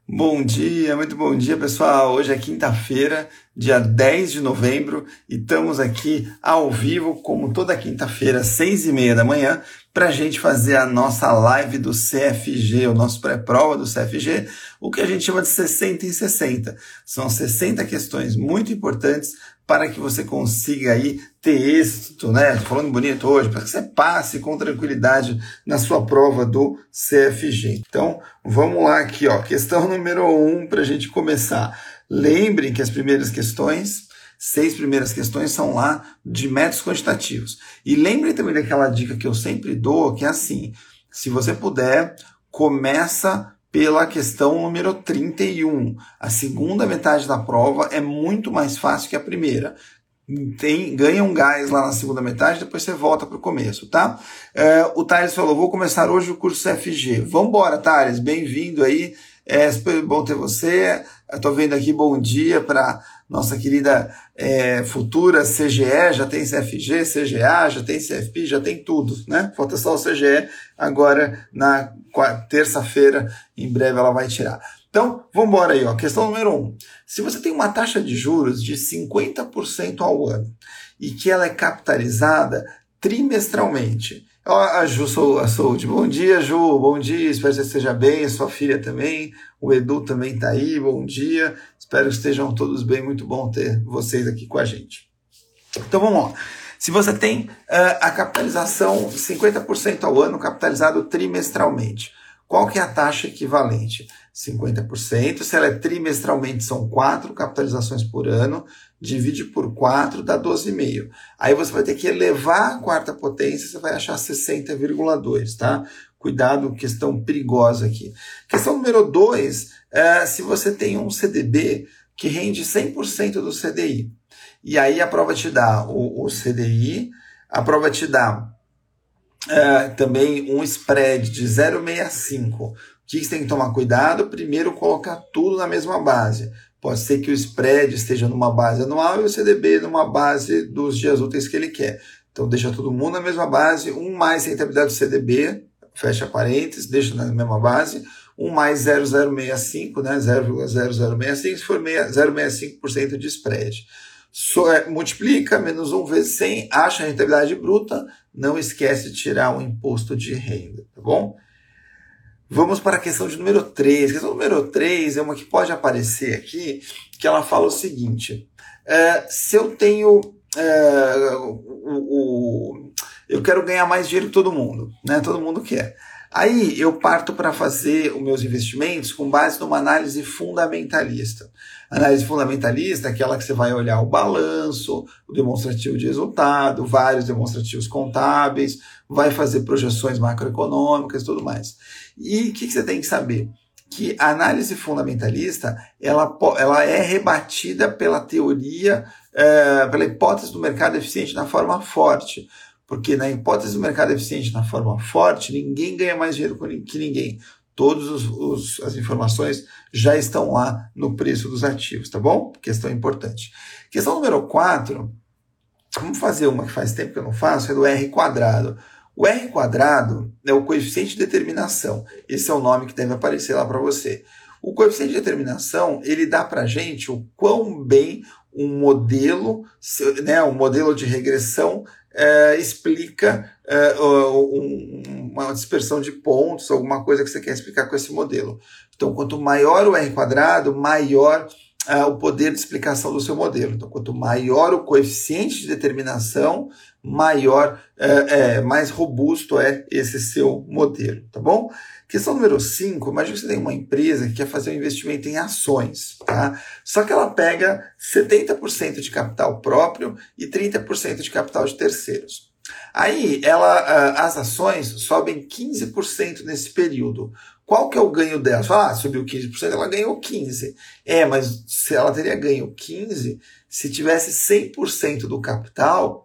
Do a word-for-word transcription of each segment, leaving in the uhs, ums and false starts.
Bom dia, muito bom dia, pessoal. Hoje é quinta-feira, dia dez de novembro, e estamos aqui ao vivo, como toda quinta-feira, seis e meia da manhã, para a gente fazer a nossa live do C F G, o nosso pré-prova do C F G, o que a gente chama de sessenta em sessenta. São sessenta questões muito importantes para que você consiga aí ter êxito, né? Tô falando bonito hoje, para que você passe com tranquilidade na sua prova do C F G. Então, vamos lá aqui, ó. Questão número um, para a gente começar. Lembrem que as primeiras questões, seis primeiras questões são lá de métodos quantitativos. E lembrem também daquela dica que eu sempre dou, que é assim, se você puder, começa pela questão número trinta e um. A segunda metade da prova é muito mais fácil que a primeira. Tem, ganha um gás lá na segunda metade, depois você volta para o começo, tá? É, o Thales falou, vou começar hoje o curso C F G. Vambora, Thales, bem-vindo aí. É super bom ter você. Eu tô vendo aqui, bom dia para nossa querida é, futura C G E, já tem C F G, C G A, já tem C F P, já tem tudo, né? Falta só o C G E, agora na terça-feira, em breve ela vai tirar. Então, vamos embora aí, ó. Questão número um. Se você tem uma taxa de juros de cinquenta por cento ao ano e que ela é capitalizada trimestralmente. Ó, a Ju a Saúde. Bom dia, Ju. Bom dia. Espero que você esteja bem. A sua filha também. O Edu também está aí. Bom dia. Espero que estejam todos bem. Muito bom ter vocês aqui com a gente. Então, vamos lá. Se você tem uh, a capitalização cinquenta por cento ao ano, capitalizado trimestralmente, qual que é a taxa equivalente? cinquenta por cento. Se ela é trimestralmente, são quatro capitalizações por ano. Divide por quatro, dá doze vírgula cinco. Aí você vai ter que elevar a quarta potência, você vai achar sessenta vírgula dois, tá? Cuidado, questão perigosa aqui. Questão número dois, é, se você tem um C D B que rende cem por cento do C D I. E aí a prova te dá o, o C D I, a prova te dá é, também um spread de zero vírgula sessenta e cinco. O que você tem que tomar cuidado? Primeiro, colocar tudo na mesma base. Pode ser que o spread esteja numa base anual e o C D B numa base dos dias úteis que ele quer. Então, deixa todo mundo na mesma base, um mais rentabilidade do C D B, fecha parênteses, deixa na mesma base, um mais zero vírgula zero sessenta e cinco, né? zero vírgula zero zero sessenta e cinco, se for zero vírgula sessenta e cinco por cento de spread. So, é, multiplica, menos um vezes cem, acha a rentabilidade bruta, não esquece de tirar o imposto de renda, tá bom? Vamos para a questão de número três. A questão número três é uma que pode aparecer aqui, que ela fala o seguinte. É, se eu tenho... É, o, o, eu quero ganhar mais dinheiro que todo mundo, né? Todo mundo quer. Aí eu parto para fazer os meus investimentos com base numa análise fundamentalista. Análise fundamentalista é aquela que você vai olhar o balanço, o demonstrativo de resultado, vários demonstrativos contábeis, vai fazer projeções macroeconômicas e tudo mais. E o que, que você tem que saber? Que a análise fundamentalista ela, ela é rebatida pela teoria, é, pela hipótese do mercado eficiente na forma forte. Porque na hipótese do mercado eficiente na forma forte, ninguém ganha mais dinheiro que ninguém. Todas as informações já estão lá no preço dos ativos, tá bom? Questão importante. Questão número quatro, vamos fazer uma que faz tempo que eu não faço, é do R quadrado. O R quadrado é o coeficiente de determinação. Esse é o nome que deve aparecer lá para você. O coeficiente de determinação, ele dá para a gente o quão bem um modelo, né, um modelo de regressão é, explica é, um, uma dispersão de pontos, alguma coisa que você quer explicar com esse modelo. Então, quanto maior o R quadrado, maior é, o poder de explicação do seu modelo. Então, quanto maior o coeficiente de determinação, maior, é, é, mais robusto é esse seu modelo, tá bom? Questão número cinco, imagina que você tem uma empresa que quer fazer um investimento em ações, tá? Só que ela pega setenta por cento de capital próprio e trinta por cento de capital de terceiros. Aí, ela, as ações sobem quinze por cento nesse período. Qual que é o ganho dela? Ah, subiu quinze por cento, ela ganhou quinze por cento. É, mas se ela teria ganho quinze por cento se tivesse cem por cento do capital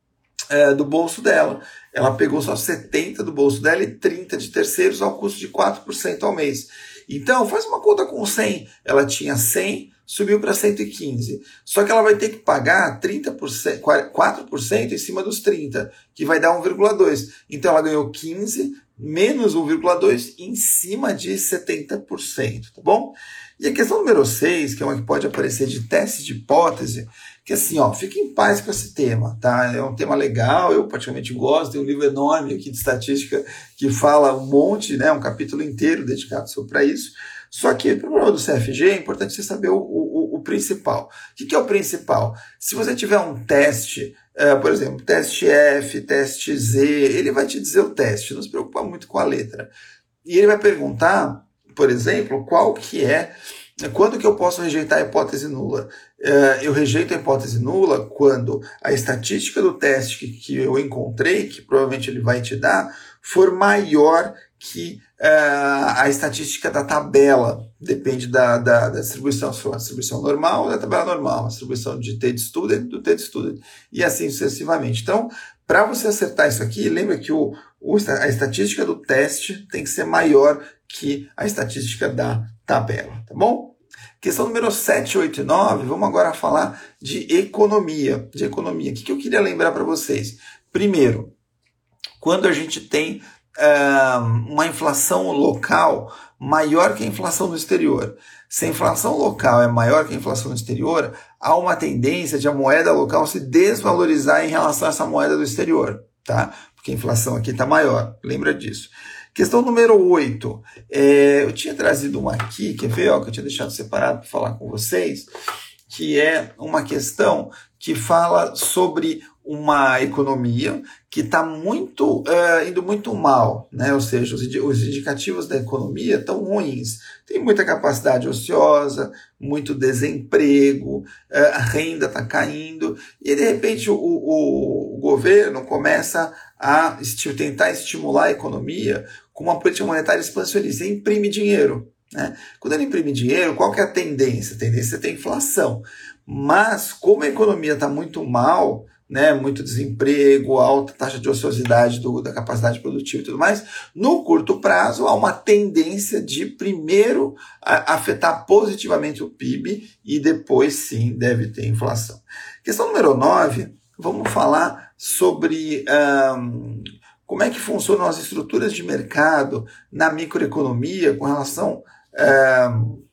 é, do bolso dela. Ela pegou só setenta por cento do bolso dela e trinta por cento de terceiros ao custo de quatro por cento ao mês. Então, faz uma conta com cem. Ela tinha cem, subiu para cento e quinze. Só que ela vai ter que pagar trinta por cento, quatro por cento em cima dos trinta, que vai dar um vírgula dois. Então, ela ganhou quinze, menos um vírgula dois por cento em cima de setenta por cento, tá bom? E a questão número seis, que é uma que pode aparecer de teste de hipótese, que assim, ó, fique em paz com esse tema, tá? É um tema legal, eu particularmente gosto, tem um livro enorme aqui de estatística que fala um monte, né, um capítulo inteiro dedicado só para isso. Só que para o problema do C F G é importante você saber o, o, o principal. O que, que é o principal? Se você tiver um teste, uh, por exemplo, teste F, teste Z, ele vai te dizer o teste, não se preocupa muito com a letra. E ele vai perguntar, por exemplo, qual que é, quando que eu posso rejeitar a hipótese nula? Uh, eu rejeito a hipótese nula quando a estatística do teste que, que eu encontrei, que provavelmente ele vai te dar, for maior que uh, a estatística da tabela. Depende da, da, da distribuição, se for uma distribuição normal, da tabela normal, uma distribuição de T-de-student, do T-de-student, e assim sucessivamente. Então, para você acertar isso aqui, lembra que o, o, a estatística do teste tem que ser maior que a estatística da tabela, tá bom? Questão número sete, oito e nove, vamos agora falar de economia. De economia. O que, que eu queria lembrar para vocês? Primeiro, quando a gente tem uh, uma inflação local maior que a inflação no exterior. Se a inflação local é maior que a inflação no exterior, há uma tendência de a moeda local se desvalorizar em relação a essa moeda do exterior, tá? Porque a inflação aqui está maior, lembra disso. Questão número oito, é, eu tinha trazido uma aqui, quer ver, ó, que eu tinha deixado separado para falar com vocês, que é uma questão que fala sobre uma economia que está muito, uh, indo muito mal, né? Ou seja, os, os indicativos da economia estão ruins. Tem muita capacidade ociosa, muito desemprego, uh, a renda está caindo, e de repente o, o, o governo começa a esti- tentar estimular a economia com uma política monetária expansionista, e imprime dinheiro. Né? Quando ele imprime dinheiro, qual que é a tendência? A tendência é ter inflação. Mas, como a economia está muito mal, né, muito desemprego, alta taxa de ociosidade do, da capacidade produtiva e tudo mais, no curto prazo há uma tendência de primeiro a, afetar positivamente o P I B e depois sim deve ter inflação. Questão número nove, vamos falar sobre um, como é que funcionam as estruturas de mercado na microeconomia com relação um,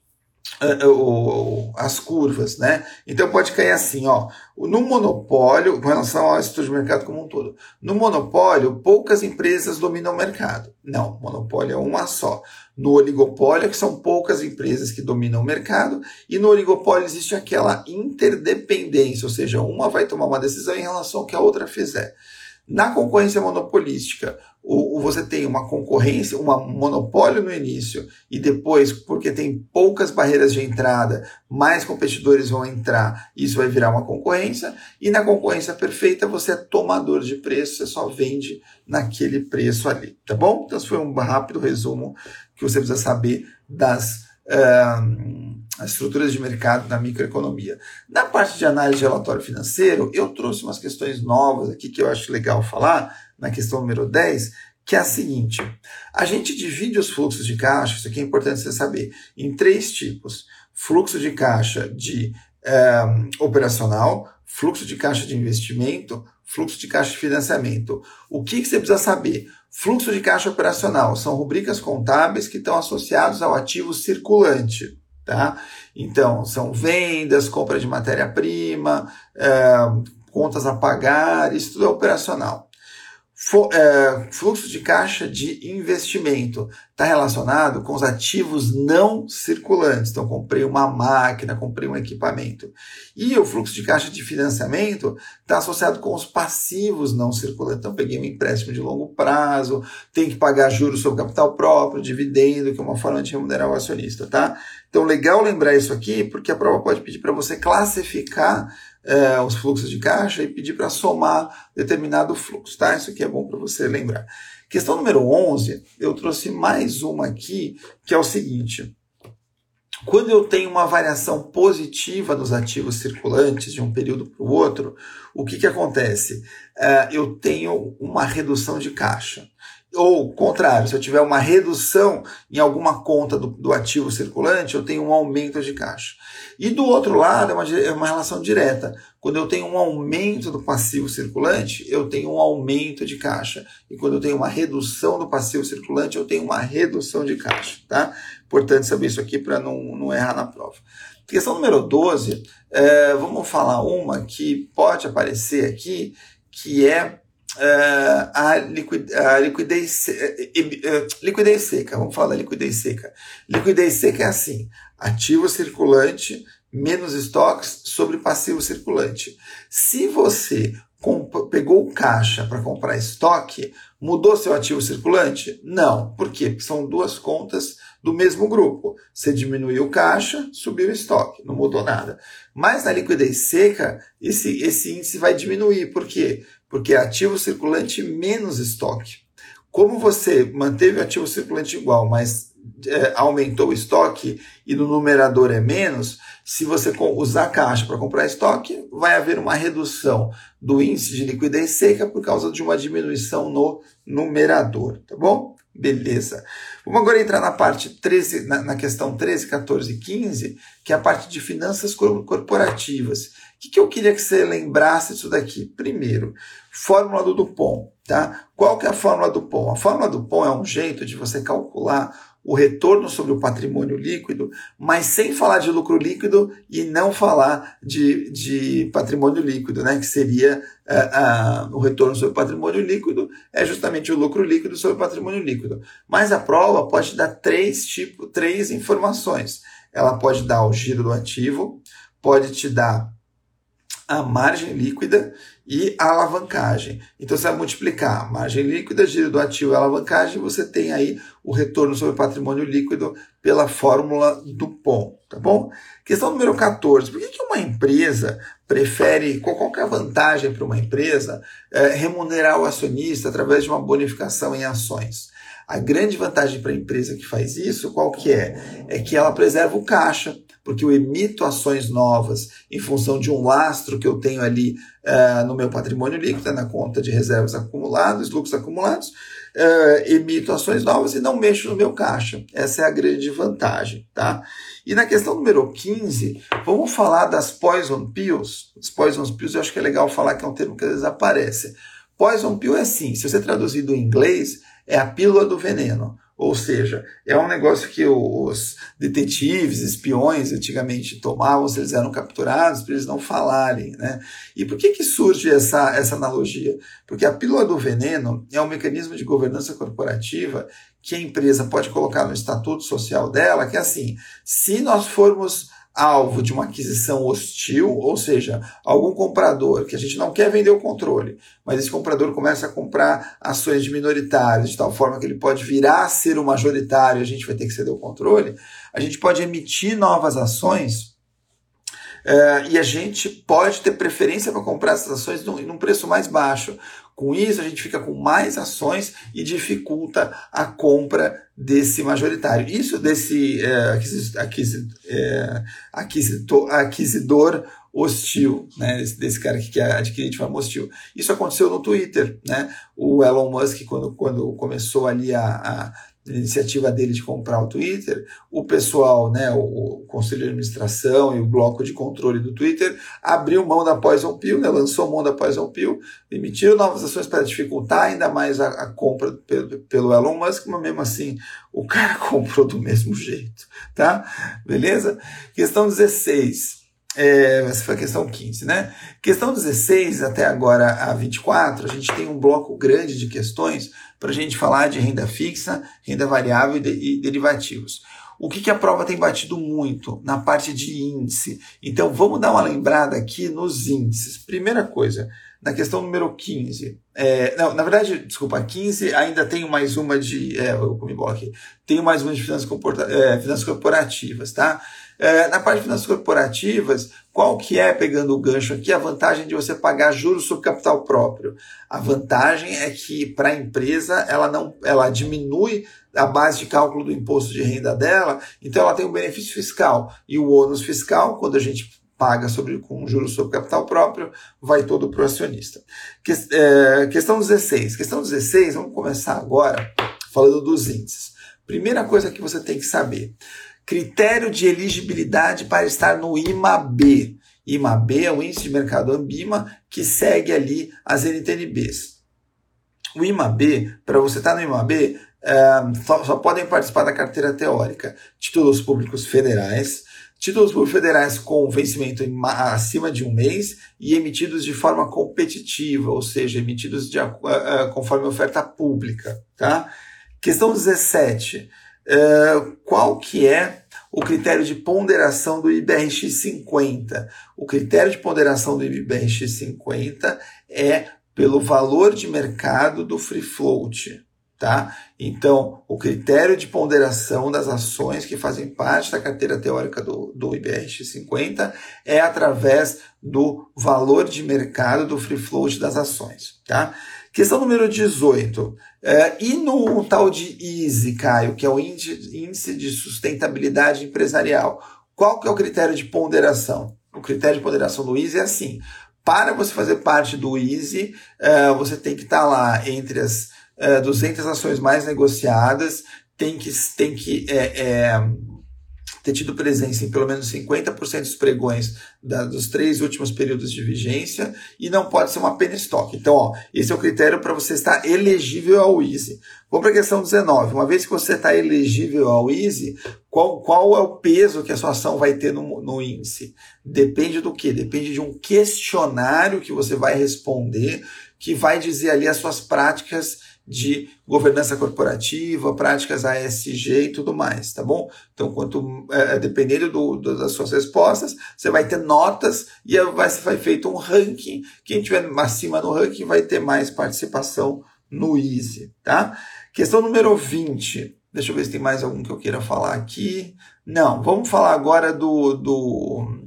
as curvas, né? Então pode cair assim, ó, no monopólio, com relação à estrutura de mercado como um todo. No monopólio, poucas empresas dominam o mercado. Não, monopólio é uma só. No oligopólio, que são poucas empresas que dominam o mercado, e no oligopólio existe aquela interdependência, ou seja, uma vai tomar uma decisão em relação ao que a outra fizer. Na concorrência monopolística, o, o, você tem uma concorrência, um monopólio no início e depois, porque tem poucas barreiras de entrada, mais competidores vão entrar, isso vai virar uma concorrência. E na concorrência perfeita, você é tomador de preço, você só vende naquele preço ali, tá bom? Então, esse foi um rápido resumo que você precisa saber das Uh, as estruturas de mercado na microeconomia. Na parte de análise de relatório financeiro, eu trouxe umas questões novas aqui que eu acho legal falar, na questão número dez, que é a seguinte: a gente divide os fluxos de caixa, isso aqui é importante você saber, em três tipos: fluxo de caixa de uh, operacional, fluxo de caixa de investimento, fluxo de caixa de financiamento. O que, que você precisa saber? Fluxo de caixa operacional são rubricas contábeis que estão associados ao ativo circulante, tá? Então, são vendas, compra de matéria-prima, é, contas a pagar, isso tudo é operacional. Fluxo de caixa de investimento está relacionado com os ativos não circulantes. Então, comprei uma máquina, comprei um equipamento. E o fluxo de caixa de financiamento está associado com os passivos não circulantes. Então, peguei um empréstimo de longo prazo, tenho que pagar juros sobre capital próprio, dividendo, que é uma forma de remunerar o acionista, tá? Então, legal lembrar isso aqui, porque a prova pode pedir para você classificar É, os fluxos de caixa e pedir para somar determinado fluxo, tá? Isso aqui é bom para você lembrar. Questão número onze, eu trouxe mais uma aqui, que é o seguinte: quando eu tenho uma variação positiva dos ativos circulantes de um período para o outro, o que, que acontece? É, eu tenho uma redução de caixa. Ou, contrário, se eu tiver uma redução em alguma conta do, do ativo circulante, eu tenho um aumento de caixa. E do outro lado, é uma, é uma relação direta. Quando eu tenho um aumento do passivo circulante, eu tenho um aumento de caixa. E quando eu tenho uma redução do passivo circulante, eu tenho uma redução de caixa. Tá? Importante saber isso aqui para não, não errar na prova. Questão número doze, é, vamos falar uma que pode aparecer aqui, que é Uh, a, liquid, a liquidez, uh, uh, liquidez seca. Vamos falar da liquidez seca. Liquidez seca é assim: ativo circulante menos estoques sobre passivo circulante. Se você pegou caixa para comprar estoque, mudou seu ativo circulante? Não. Por quê? Porque são duas contas do mesmo grupo. Você diminuiu caixa, subiu estoque, não mudou nada. Mas na liquidez seca, esse, esse índice vai diminuir. Por quê? Porque é ativo circulante menos estoque. Como você manteve o ativo circulante igual, mas é, aumentou o estoque e no numerador é menos, se você usar caixa para comprar estoque, vai haver uma redução do índice de liquidez seca por causa de uma diminuição no numerador, tá bom? Beleza. Vamos agora entrar na parte treze, na, na questão treze, quatorze e quinze, que é a parte de finanças corporativas. O que, que eu queria que você lembrasse disso daqui? Primeiro, fórmula do Dupont, tá? Qual que é a fórmula do Dupont? A fórmula do Dupont é um jeito de você calcular o retorno sobre o patrimônio líquido, mas sem falar de lucro líquido e não falar de, de patrimônio líquido, né? Que seria uh, uh, o retorno sobre o patrimônio líquido, é justamente o lucro líquido sobre o patrimônio líquido. Mas a prova pode dar três, tipo, três informações. Ela pode dar o giro do ativo, pode te dar a margem líquida e a alavancagem. Então você vai multiplicar a margem líquida, giro do ativo e alavancagem, você tem aí o retorno sobre o patrimônio líquido pela fórmula do Dupont, tá bom? Questão número quatorze. Por que que uma empresa prefere, qual que é a vantagem para uma empresa é, remunerar o acionista através de uma bonificação em ações? A grande vantagem para a empresa que faz isso, qual que é? É que ela preserva o caixa, porque eu emito ações novas em função de um lastro que eu tenho ali uh, no meu patrimônio líquido, na conta de reservas acumuladas, lucros acumulados, uh, emito ações novas e não mexo no meu caixa. Essa é a grande vantagem, tá? E na questão número quinze, vamos falar das poison pills. As poison pills eu acho que é legal falar, que é um termo que às vezes aparece. Poison pill é assim, se você traduzir do inglês, é a pílula do veneno. Ou seja, é um negócio que os detetives, espiões, antigamente tomavam se eles eram capturados, para eles não falarem, né? E por que que surge essa, essa analogia? Porque a pílula do veneno é um mecanismo de governança corporativa que a empresa pode colocar no estatuto social dela, que é assim, se nós formos alvo de uma aquisição hostil, ou seja, algum comprador que a gente não quer vender o controle, mas esse comprador começa a comprar ações de minoritários, de tal forma que ele pode virar a ser o majoritário e a gente vai ter que ceder o controle, a gente pode emitir novas ações uh, e a gente pode ter preferência para comprar essas ações num, num preço mais baixo. Com isso, a gente fica com mais ações e dificulta a compra desse majoritário. Isso desse é, aquisi, aquisi, é, aquisitor, aquisitor hostil, né? Desse, desse cara que quer adquirir de forma hostil. Isso aconteceu no Twitter, né? O Elon Musk, quando, quando começou ali a, a iniciativa dele de comprar o Twitter, o pessoal, né, o, o conselho de administração e o bloco de controle do Twitter abriu mão da Poison Pill, né, lançou mão da Poison Pill, emitiram novas ações para dificultar ainda mais a, a compra pelo, pelo Elon Musk, mas mesmo assim o cara comprou do mesmo jeito, tá? Beleza? Questão dezesseis. É, essa foi a questão quinze, né? Questão dezesseis até agora a vinte e quatro, a gente tem um bloco grande de questões para a gente falar de renda fixa, renda variável e, de, e derivativos. O que, que a prova tem batido muito? Na parte de índice. Então vamos dar uma lembrada aqui nos índices. Primeira coisa, na questão número quinze, é, não, na verdade, desculpa, quinze ainda tenho mais uma de, é, eu comi bola aqui, tenho mais uma de finanças, comporta, é, finanças corporativas, tá? É, na parte de finanças corporativas, qual que é, pegando o gancho aqui, a vantagem de você pagar juros sobre capital próprio? A vantagem é que para a empresa ela, não, ela diminui a base de cálculo do imposto de renda dela, então ela tem um benefício fiscal. E o ônus fiscal, quando a gente paga sobre, com juros sobre capital próprio, vai todo para o acionista. Que, é, questão dezesseis. Questão dezesseis, vamos começar agora falando dos índices. Primeira coisa que você tem que saber. Critério de elegibilidade para estar no I M A B. I M A B é o índice de mercado Ambima que segue ali as N T N Bs. O I M A B, para você estar no I M A B, é, só, só podem participar da carteira teórica títulos públicos federais, títulos públicos federais com vencimento em, acima de um mês e emitidos de forma competitiva, ou seja, emitidos de, uh, uh, conforme oferta pública. Tá? Questão dezessete. Uh, qual que é o critério de ponderação do I B R X cinquenta? O critério de ponderação do I B R X cinquenta é pelo valor de mercado do free float. Tá? Então, o critério de ponderação das ações que fazem parte da carteira teórica do, do I B R X cinquenta é através do valor de mercado do free float das ações. Tá? Questão número dezoito. É, e no tal de I S E, Caio, que é o Índice de Sustentabilidade Empresarial, qual que é o critério de ponderação? O critério de ponderação do I S E é assim. Para você fazer parte do I S E, é, você tem que estar lá entre as Uh, duzentas ações mais negociadas, tem que, tem que é, é, ter tido presença em pelo menos cinquenta por cento dos pregões da, dos três últimos períodos de vigência e não pode ser uma penny stock. Então, ó, esse é o critério para você estar elegível ao I S E. Vamos para a questão dezenove. Uma vez que você está elegível ao I S E, qual, qual é o peso que a sua ação vai ter no, no índice? Depende do quê? Depende de um questionário que você vai responder, que vai dizer ali as suas práticas de governança corporativa, práticas A S G e tudo mais, tá bom? Então, quanto é, dependendo do, do, das suas respostas, você vai ter notas e vai ser feito um ranking. Quem estiver acima no ranking vai ter mais participação no I S E, tá? Questão número vinte. Deixa eu ver se tem mais algum que eu queira falar aqui. Não, vamos falar agora do... do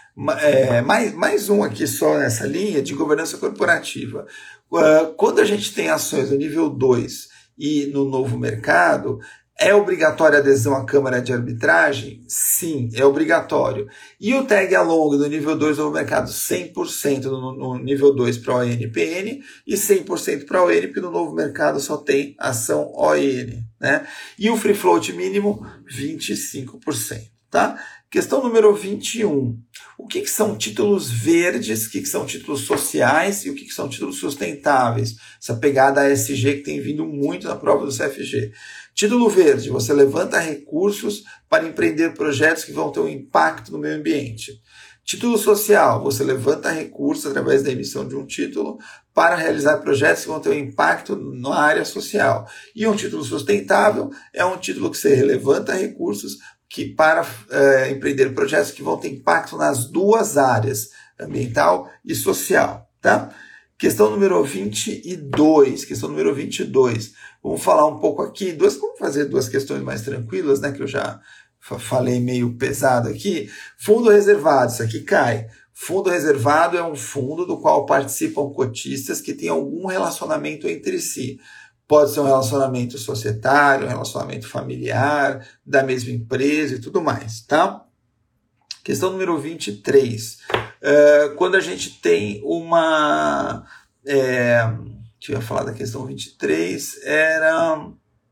é, mais, mais um aqui só nessa linha de governança corporativa. Quando a gente tem ações no nível dois e no novo mercado, é obrigatória a adesão à Câmara de Arbitragem? Sim, é obrigatório. E o tag along do nível dois do novo mercado, cem por cento no, no nível dois para O N P N e cem por cento para O N, porque no novo mercado só tem ação O N. Né? E o free float mínimo, vinte e cinco por cento. Tá? Questão número vinte e um. O que, que são títulos verdes, o que, que são títulos sociais e o que, que são títulos sustentáveis? Essa pegada A S G que tem vindo muito na prova do C F G. Título verde, você levanta recursos para empreender projetos que vão ter um impacto no meio ambiente. Título social, você levanta recursos através da emissão de um título para realizar projetos que vão ter um impacto na área social. E um título sustentável é um título que você levanta recursos que para é, empreender projetos que vão ter impacto nas duas áreas, ambiental e social. Tá? Questão número vinte e dois. Questão número vinte e dois. Vamos falar um pouco aqui. Duas, vamos fazer duas questões mais tranquilas, né, que eu já falei meio pesado aqui. Fundo reservado, isso aqui cai. Fundo reservado é um fundo do qual participam cotistas que têm algum relacionamento entre si. Pode ser um relacionamento societário, um relacionamento familiar, da mesma empresa e tudo mais, tá? Questão número vinte e três. Uh, quando a gente tem uma... É, deixa eu falar da questão vinte e três, era...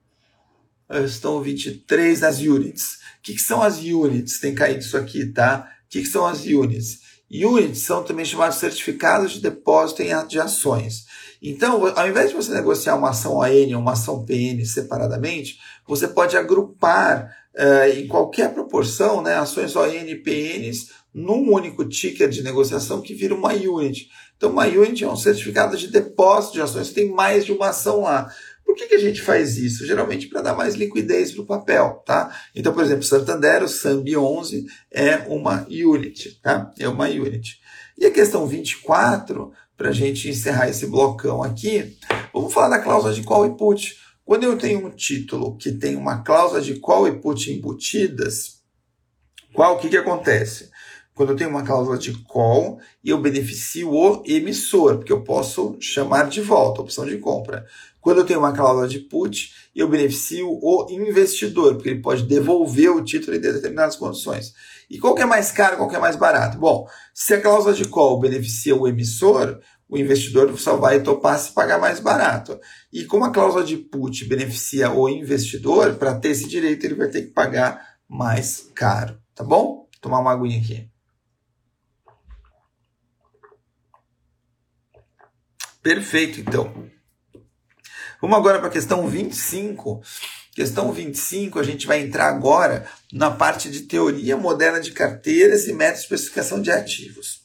A questão vinte e três das units. O que, que são as units? Tem caído isso aqui, tá? O que, que são as units? Units são também chamados certificados de depósito de ações. Então, ao invés de você negociar uma ação O N ou uma ação P N separadamente, você pode agrupar uh, em qualquer proporção, né, ações O N e P Ns num único ticker de negociação que vira uma unit. Então, uma unit é um certificado de depósito de ações, tem mais de uma ação lá. Por que, que a gente faz isso? Geralmente para dar mais liquidez para o papel, tá? Então, por exemplo, Santander, o S A M B onze, é uma unit, tá? É uma unit. E a questão vinte e quatro, para a gente encerrar esse blocão aqui, vamos falar da cláusula de call e put. Quando eu tenho um título que tem uma cláusula de call e put embutidas, qual, o que, que acontece? Quando eu tenho uma cláusula de call e eu beneficio o emissor, porque eu posso chamar de volta, opção de compra. Quando eu tenho uma cláusula de put, eu beneficio o investidor, porque ele pode devolver o título em determinadas condições. E qual que é mais caro, qual que é mais barato? Bom, se a cláusula de call beneficia o emissor, o investidor só vai topar se pagar mais barato. E como a cláusula de put beneficia o investidor, para ter esse direito ele vai ter que pagar mais caro, tá bom? Vou tomar uma aguinha aqui. Perfeito, então. Vamos agora para a questão vinte e cinco. Questão vinte e cinco, a gente vai entrar agora na parte de teoria moderna de carteiras e método de especificação de ativos.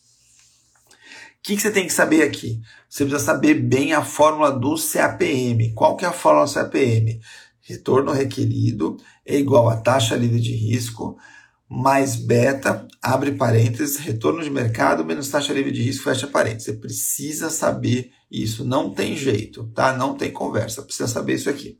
O que, que você tem que saber aqui? Você precisa saber bem a fórmula do C A P M. Qual que é a fórmula do C A P M? Retorno requerido é igual a taxa livre de risco mais beta, abre parênteses, retorno de mercado menos taxa livre de risco, fecha parênteses. Você precisa saber isso, não tem jeito, tá? Não tem conversa, precisa saber isso aqui.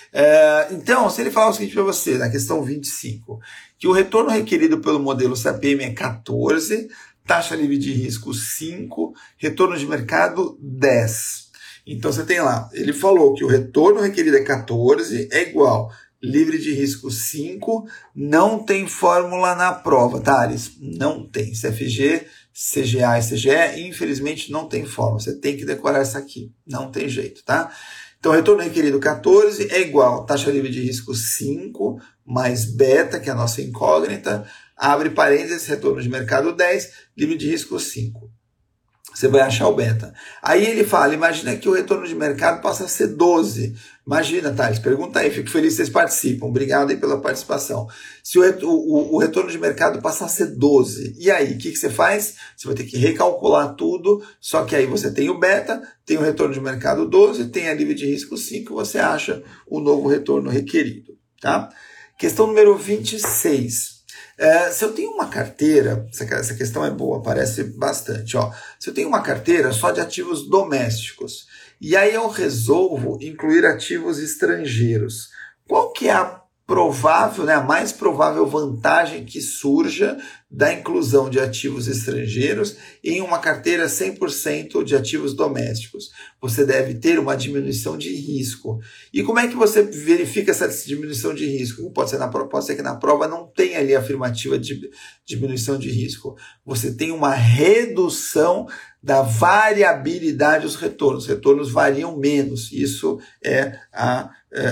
É, então, se ele falar o seguinte para você, na questão vinte e cinco, que o retorno requerido pelo modelo C A P M é quatorze, taxa livre de risco cinco, retorno de mercado dez. Então você tem lá, ele falou que o retorno requerido é quatorze, é igual livre de risco cinco, não tem fórmula na prova, Thales, não tem. C F G, C G A e C G E, infelizmente não tem fórmula, você tem que decorar isso aqui, não tem jeito, tá? Então, retorno requerido quatorze é igual taxa livre de risco cinco mais beta, que é a nossa incógnita, abre parênteses, retorno de mercado dez, livre de risco cinco. Você vai achar o beta. Aí ele fala, imagina que o retorno de mercado passa a ser doze. Imagina, Thales, pergunta aí, fico feliz que vocês participam. Obrigado aí pela participação. Se o, o, o retorno de mercado passar a ser doze, e aí, o que, que você faz? Você vai ter que recalcular tudo, só que aí você tem o beta, tem o retorno de mercado doze, tem a livre de risco cinco, você acha o novo retorno requerido, tá? Questão número vinte e seis. É, se eu tenho uma carteira, essa questão é boa, aparece bastante, ó. Se eu tenho uma carteira só de ativos domésticos, e aí eu resolvo incluir ativos estrangeiros, qual que é a provável, né, a mais provável vantagem que surja da inclusão de ativos estrangeiros em uma carteira cem por cento de ativos domésticos? Você deve ter uma diminuição de risco. E como é que você verifica essa diminuição de risco? Pode ser, na, pode ser que na prova não tenha ali a afirmativa de diminuição de risco. Você tem uma redução da variabilidade dos retornos. Os retornos variam menos. Isso é, a, é,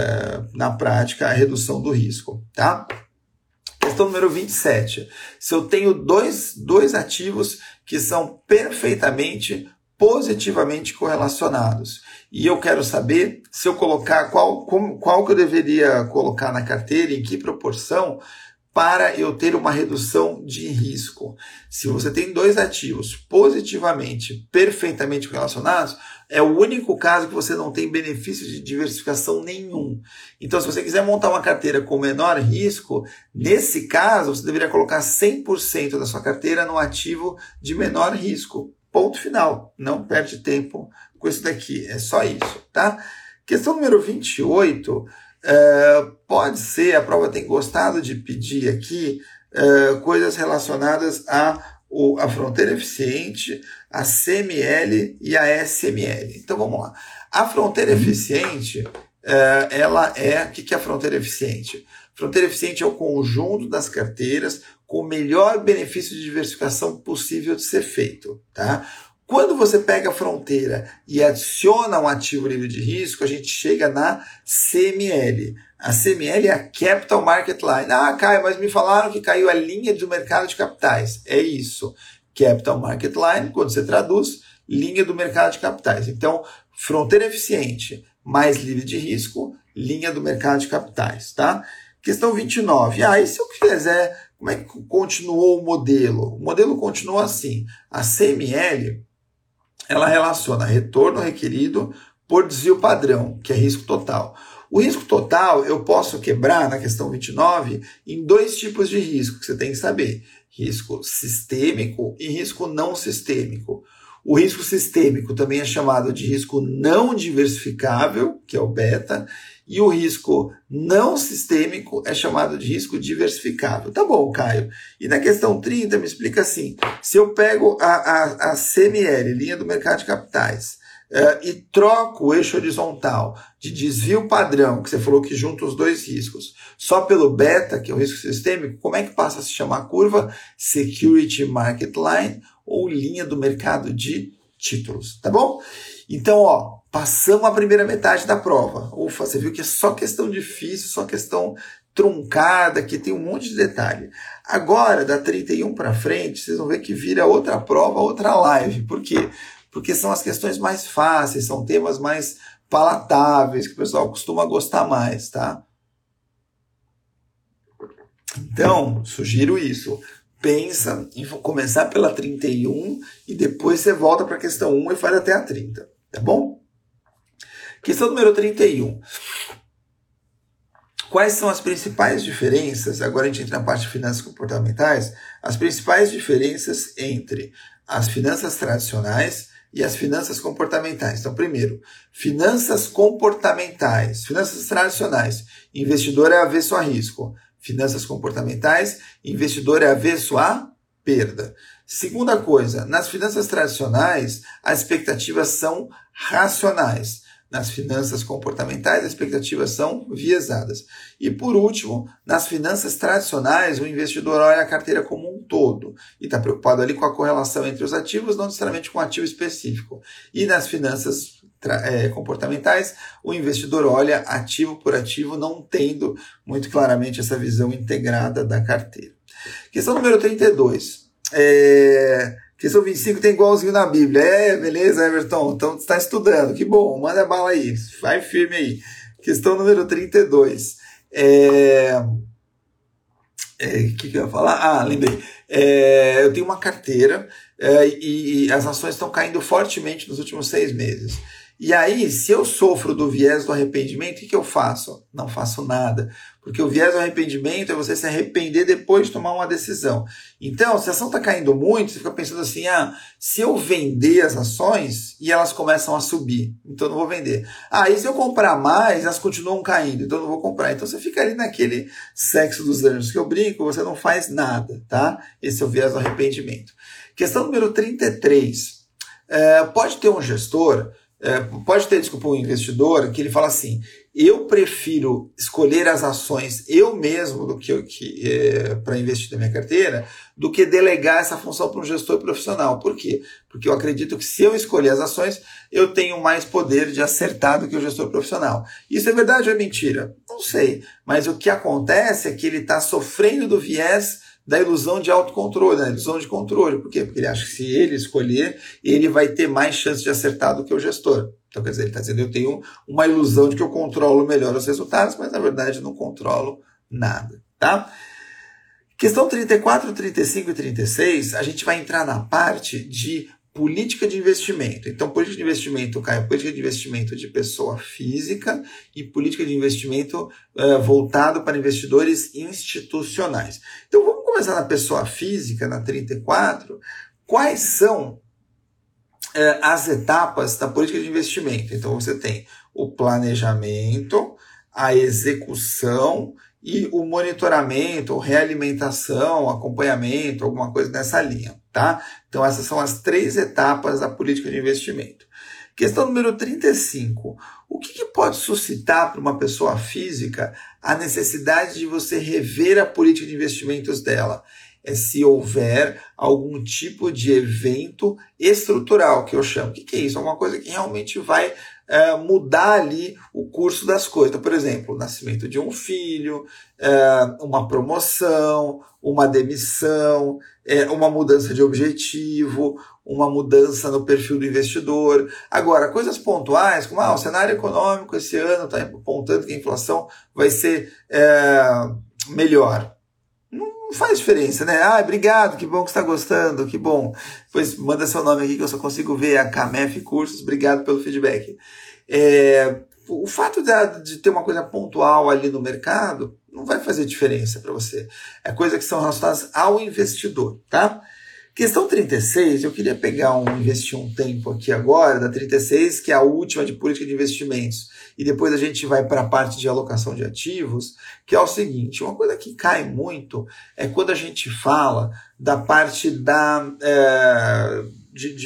é na prática, a redução do risco, tá? Questão número vinte e sete. Se eu tenho dois, dois ativos que são perfeitamente positivamente correlacionados e eu quero saber se eu colocar qual, qual, qual que eu deveria colocar na carteira, em que proporção, para eu ter uma redução de risco. Se você tem dois ativos positivamente, perfeitamente correlacionados, é o único caso que você não tem benefício de diversificação nenhum. Então, se você quiser montar uma carteira com menor risco, nesse caso, você deveria colocar cem por cento da sua carteira no ativo de menor risco. Ponto final. Não perde tempo com isso daqui. É só isso, tá? Questão número vinte e oito... Uh, pode ser, a prova tem gostado de pedir aqui uh, coisas relacionadas à a, a fronteira eficiente, a C M L e a S M L. Então vamos lá. A fronteira eficiente, uh, ela é, o que, que é a fronteira eficiente? Fronteira eficiente é o conjunto das carteiras com o melhor benefício de diversificação possível de ser feito, tá? Quando você pega a fronteira e adiciona um ativo livre de risco, a gente chega na C M L. A C M L é a Capital Market Line. Ah, Caio, mas me falaram que caiu a linha do mercado de capitais. É isso. Capital Market Line, quando você traduz, linha do mercado de capitais. Então, fronteira eficiente mais livre de risco, linha do mercado de capitais, tá? Questão vinte e nove. Ah, e se eu quiser, como é que continuou o modelo? O modelo continua assim. A C M L... ela relaciona retorno requerido por desvio padrão, que é risco total. O risco total eu posso quebrar, na questão vinte e nove, em dois tipos de risco que você tem que saber. Risco sistêmico e risco não sistêmico. O risco sistêmico também é chamado de risco não diversificável, que é o beta, e o risco não sistêmico é chamado de risco diversificável. Tá bom, Caio. E na questão trinta, me explica assim, se eu pego a, a, a C M L, linha do mercado de capitais, uh, e troco o eixo horizontal de desvio padrão, que você falou que junta os dois riscos, só pelo beta, que é o risco sistêmico, como é que passa a se chamar a curva? Security Market Line, ou linha do mercado de títulos, tá bom? Então, ó, passamos a primeira metade da prova. Ufa, você viu que é só questão difícil, só questão truncada, que tem um monte de detalhe. Agora, da trinta e um para frente, vocês vão ver que vira outra prova, outra live. Por quê? Porque são as questões mais fáceis, são temas mais palatáveis, que o pessoal costuma gostar mais, tá? Então, sugiro isso. Pensa em começar pela trinta e um e depois você volta para a questão um e faz até a trinta, tá bom? Questão número trinta e um. Quais são as principais diferenças, agora a gente entra na parte de finanças comportamentais, as principais diferenças entre as finanças tradicionais e as finanças comportamentais? Então, primeiro, finanças comportamentais, finanças tradicionais, investidor é avesso a risco. Finanças comportamentais, investidor é avesso a perda. Segunda coisa, nas finanças tradicionais, as expectativas são racionais. Nas finanças comportamentais, as expectativas são viesadas. E por último, nas finanças tradicionais, o investidor olha a carteira como um todo e está preocupado ali com a correlação entre os ativos, não necessariamente com um ativo específico. E nas finanças é, comportamentais, o investidor olha ativo por ativo, não tendo muito claramente essa visão integrada da carteira. Questão número trinta e dois. É... Questão vinte e cinco tem igualzinho na Bíblia. É, beleza, Everton? Então você está estudando. Que bom, manda bala aí. Vai firme aí. Questão número trinta e dois. É... É, o que, que eu ia falar? Ah, lembrei. É, eu tenho uma carteira é, e, e as ações estão caindo fortemente nos últimos seis meses. E aí, se eu sofro do viés do arrependimento, o que, que eu faço? Não faço nada. Porque o viés do arrependimento é você se arrepender depois de tomar uma decisão. Então, se a ação está caindo muito, você fica pensando assim, ah, se eu vender as ações e elas começam a subir, então eu não vou vender. Ah, e se eu comprar mais, elas continuam caindo, então eu não vou comprar. Então você fica ali naquele sexo dos anjos que eu brinco, você não faz nada, tá? Esse é o viés do arrependimento. Questão número trinta e três. É, pode ter um gestor... É, pode ter, desculpa, um investidor que ele fala assim, eu prefiro escolher as ações eu mesmo do que, que é, para investir na minha carteira, do que delegar essa função para um gestor profissional. Por quê? Porque eu acredito que se eu escolher as ações, eu tenho mais poder de acertar do que o gestor profissional. Isso é verdade ou é mentira? Não sei, mas o que acontece é que ele está sofrendo do viés da ilusão de autocontrole, da ilusão de controle. Por quê? Porque ele acha que se ele escolher, ele vai ter mais chance de acertar do que o gestor. Então, quer dizer, ele está dizendo, eu tenho uma ilusão de que eu controlo melhor os resultados, mas na verdade não controlo nada, tá? Questão trinta e quatro, trinta e cinco e trinta e seis, a gente vai entrar na parte de política de investimento. Então, política de investimento cai política de investimento de pessoa física e política de investimento uh, voltado para investidores institucionais. Então, vamos começar na pessoa física, na trinta e quatro. Quais são uh, as etapas da política de investimento? Então, você tem o planejamento, a execução e o monitoramento, realimentação, acompanhamento, alguma coisa nessa linha, tá? Então essas são as três etapas da política de investimento. Questão número trinta e cinco. O que, que pode suscitar para uma pessoa física a necessidade de você rever a política de investimentos dela? É se houver algum tipo de evento estrutural, que eu chamo. O que, que é isso? É uma coisa que realmente vai é, mudar ali o curso das coisas. Então, por exemplo, o nascimento de um filho, é, uma promoção, uma demissão, é, uma mudança de objetivo, uma mudança no perfil do investidor. Agora, coisas pontuais, como ah, o cenário econômico esse ano está apontando que a inflação vai ser é, melhor. Não faz diferença, né? Ah, obrigado, que bom que você está gostando, que bom. Pois manda seu nome aqui que eu só consigo ver a Camef Cursos, obrigado pelo feedback. É, o fato de, de ter uma coisa pontual ali no mercado não vai fazer diferença para você. É coisa que são relacionadas ao investidor, tá? Questão trinta e seis, eu queria pegar um, investir um tempo aqui agora, da trinta e seis, que é a última de política de investimentos, e depois a gente vai para a parte de alocação de ativos, que é o seguinte, uma coisa que cai muito é quando a gente fala da parte da, é, de, de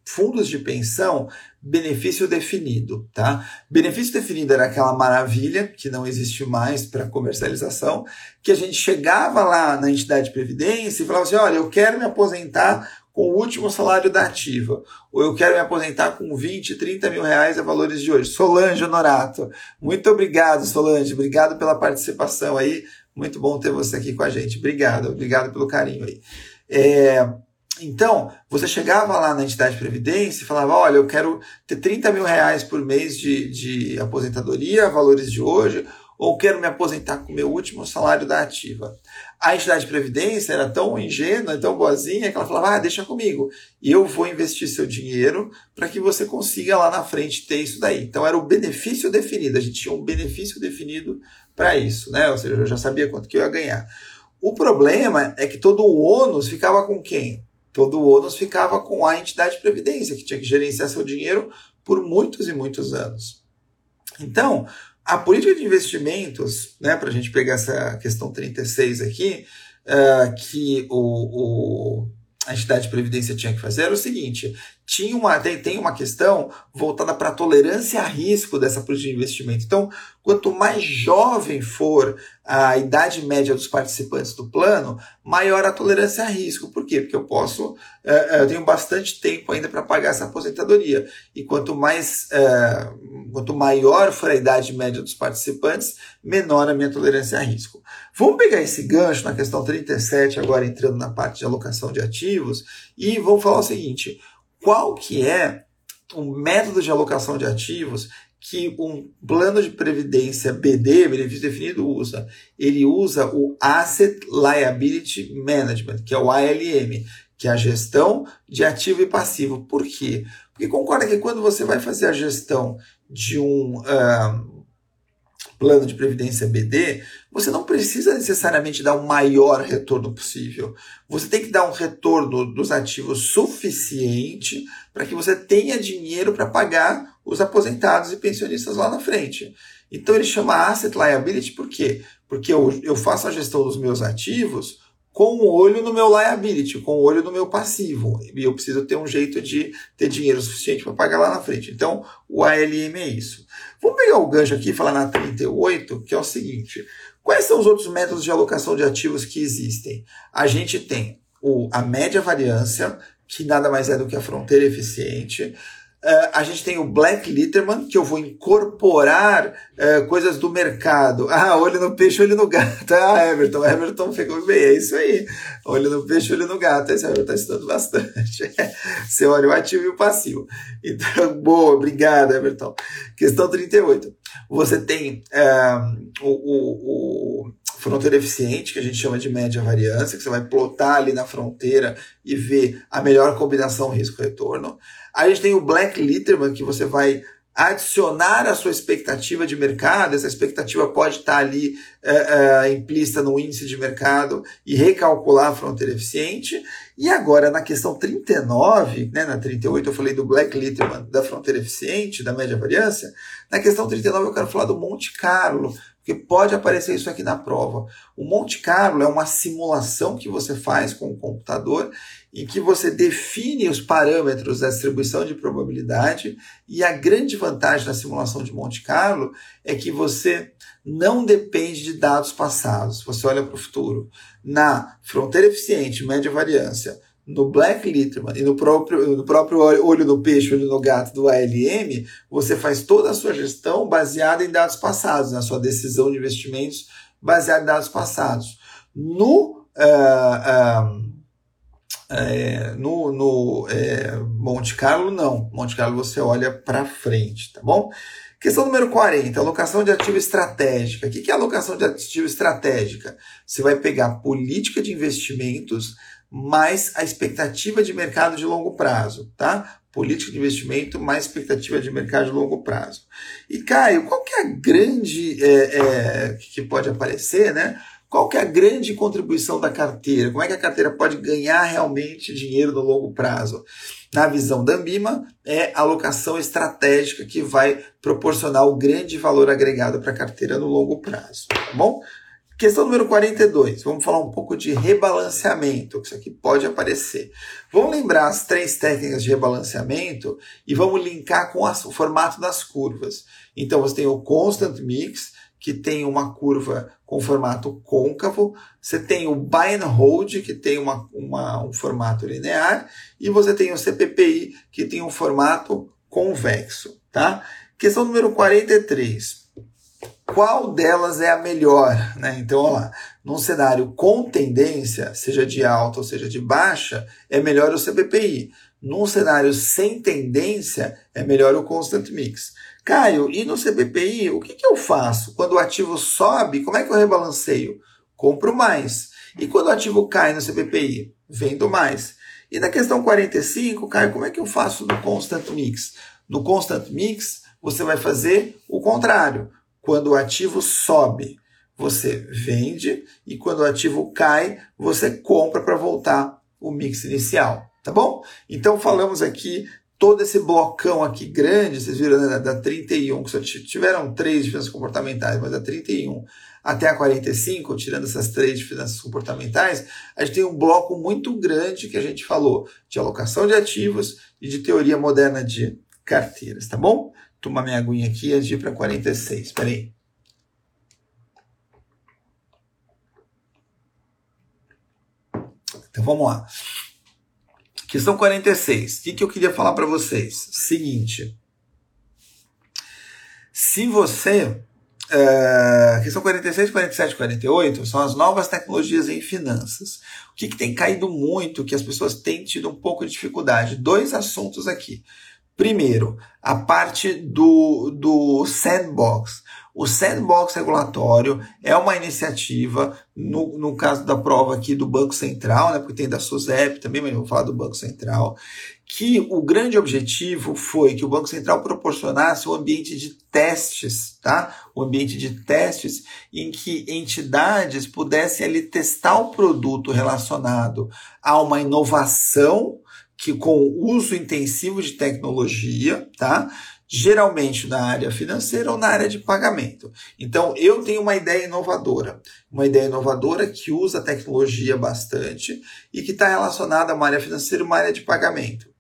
fundos de pensão, benefício definido, tá? Benefício definido era aquela maravilha, que não existe mais para comercialização, que a gente chegava lá na entidade de previdência e falava assim, olha, eu quero me aposentar com o último salário da ativa, ou eu quero me aposentar com vinte, trinta mil reais a valores de hoje. Solange Honorato, muito obrigado, Solange, obrigado pela participação aí, muito bom ter você aqui com a gente, obrigado, obrigado pelo carinho aí. É... Então, você chegava lá na entidade de previdência e falava, olha, eu quero ter trinta mil reais por mês de, de aposentadoria, valores de hoje, ou quero me aposentar com o meu último salário da ativa. A entidade de previdência era tão ingênua, tão boazinha, que ela falava, ah, deixa comigo, e eu vou investir seu dinheiro para que você consiga lá na frente ter isso daí. Então, era o benefício definido, a gente tinha um benefício definido para isso, né? Ou seja, eu já sabia quanto que eu ia ganhar. O problema é que todo o ônus ficava com quem? Todo o ônus ficava com a entidade de previdência, que tinha que gerenciar seu dinheiro por muitos e muitos anos. Então, a política de investimentos, né, para a gente pegar essa questão trinta e seis aqui, uh, que o, o, a entidade de previdência tinha que fazer, era o seguinte, tinha uma, tem, tem uma questão voltada para a tolerância a risco dessa política de investimento. Então, quanto mais jovem for a idade média dos participantes do plano, maior a tolerância a risco. Por quê? Porque eu posso, eu tenho bastante tempo ainda para pagar essa aposentadoria. E quanto mais, quanto maior for a idade média dos participantes, menor a minha tolerância a risco. Vamos pegar esse gancho na questão trinta e sete, agora entrando na parte de alocação de ativos, e vamos falar o seguinte, qual que é o método de alocação de ativos que um plano de previdência B D, benefício definido, usa? Ele usa o Asset Liability Management, que é o A L M, que é a gestão de ativo e passivo. Por quê? Porque concorda que quando você vai fazer a gestão de um uh, plano de previdência B D, você não precisa necessariamente dar o maior retorno possível. Você tem que dar um retorno dos ativos suficiente para que você tenha dinheiro para pagar os aposentados e pensionistas lá na frente. Então ele chama Asset Liability por quê? Porque eu, eu faço a gestão dos meus ativos com o olho no meu liability, com o olho no meu passivo. E eu preciso ter um jeito de ter dinheiro suficiente para pagar lá na frente. Então, o A L M é isso. Vamos pegar o gancho aqui e falar na trinta e oito, que é o seguinte. Quais são os outros métodos de alocação de ativos que existem? A gente tem o, a média variância, que nada mais é do que a fronteira eficiente. Uh, a gente tem o Black Litterman, que eu vou incorporar uh, coisas do mercado. Ah, olho no peixe, olho no gato. Ah, Everton, Everton ficou bem, é isso aí. Olho no peixe, olho no gato. Esse Everton está estudando bastante. Você olha o ativo e o passivo. Então, boa, obrigado, Everton. Questão trinta e oito. Você tem uh, o, o, o fronteira eficiente, que a gente chama de média variância, que você vai plotar ali na fronteira e ver a melhor combinação risco-retorno. A gente tem o Black Litterman, que você vai adicionar a sua expectativa de mercado, essa expectativa pode estar ali é, é, implícita no índice de mercado e recalcular a fronteira eficiente. E agora, na questão trinta e nove, né, na trinta e oito eu falei do Black Litterman, da fronteira eficiente, da média variância. Na questão trinta e nove eu quero falar do Monte Carlo, porque pode aparecer isso aqui na prova. O Monte Carlo é uma simulação que você faz com o computador em que você define os parâmetros da distribuição de probabilidade, e a grande vantagem da simulação de Monte Carlo é que você não depende de dados passados, você olha para o futuro. Na fronteira eficiente, média variância, no Black Litterman e no próprio, no próprio olho no peixe, olho no gato do A L M, você faz toda a sua gestão baseada em dados passados, na sua decisão de investimentos baseada em dados passados. No, uh, uh, é, no, no é, Monte Carlo, não. Monte Carlo você olha para frente, tá bom? Questão número quarenta, alocação de ativo estratégica. O que é alocação de ativo estratégica? Você vai pegar a política de investimentos mais a expectativa de mercado de longo prazo, tá? Política de investimento mais expectativa de mercado de longo prazo. E, Caio, qual que é a grande, é, é, que pode aparecer, né? Qual que é a grande contribuição da carteira? Como é que a carteira pode ganhar realmente dinheiro no longo prazo? Na visão da Ambima, é a alocação estratégica que vai proporcionar o grande valor agregado para a carteira no longo prazo, tá bom? Questão número quarenta e dois, vamos falar um pouco de rebalanceamento, que isso aqui pode aparecer. Vamos lembrar as três técnicas de rebalanceamento e vamos linkar com as, o formato das curvas. Então você tem o Constant Mix, que tem uma curva com formato côncavo, você tem o Buy and Hold, que tem uma, uma, um formato linear, e você tem o C P P I, que tem um formato convexo. Tá? Questão número quarenta e três. Qual delas é a melhor? Né? Então, olha lá, num cenário com tendência, seja de alta ou seja de baixa, é melhor o C P P I. Num cenário sem tendência, é melhor o Constant Mix. Caio, e no C P P I, o que, que eu faço? Quando o ativo sobe, como é que eu rebalanceio? Compro mais. E quando o ativo cai no C P P I? Vendo mais. E na questão quarenta e cinco, Caio, como é que eu faço no Constant Mix? No Constant Mix, você vai fazer o contrário. Quando o ativo sobe, você vende, e quando o ativo cai, você compra para voltar o mix inicial, tá bom? Então falamos aqui todo esse blocão aqui grande, vocês viram, né, da trinta e um, que só tiveram três diferenças comportamentais, mas da trinta e um até a quarenta e cinco, tirando essas três diferenças comportamentais, a gente tem um bloco muito grande que a gente falou de alocação de ativos e de teoria moderna de carteiras, tá bom? Tomar minha aguinha aqui antes de ir para quarenta e seis. Espera aí. Então vamos lá. Questão quarenta e seis. O que, que eu queria falar para vocês? Seguinte. Se você... Uh, questão quarenta e seis, quarenta e sete, quarenta e oito são as novas tecnologias em finanças. O que, que tem caído muito, que as pessoas têm tido um pouco de dificuldade? Dois assuntos aqui. Primeiro, a parte do, do sandbox. O sandbox regulatório é uma iniciativa, no, no caso da prova aqui do Banco Central, né, porque tem da SUSEP também, mas eu vou falar do Banco Central, que o grande objetivo foi que o Banco Central proporcionasse um ambiente de testes, tá? Um ambiente de testes em que entidades pudessem ali testar o produto relacionado a uma inovação que com uso intensivo de tecnologia, tá? Geralmente na área financeira ou na área de pagamento. Então, eu tenho uma ideia inovadora, uma ideia inovadora que usa tecnologia bastante e que está relacionada a uma área financeira e uma área de pagamento.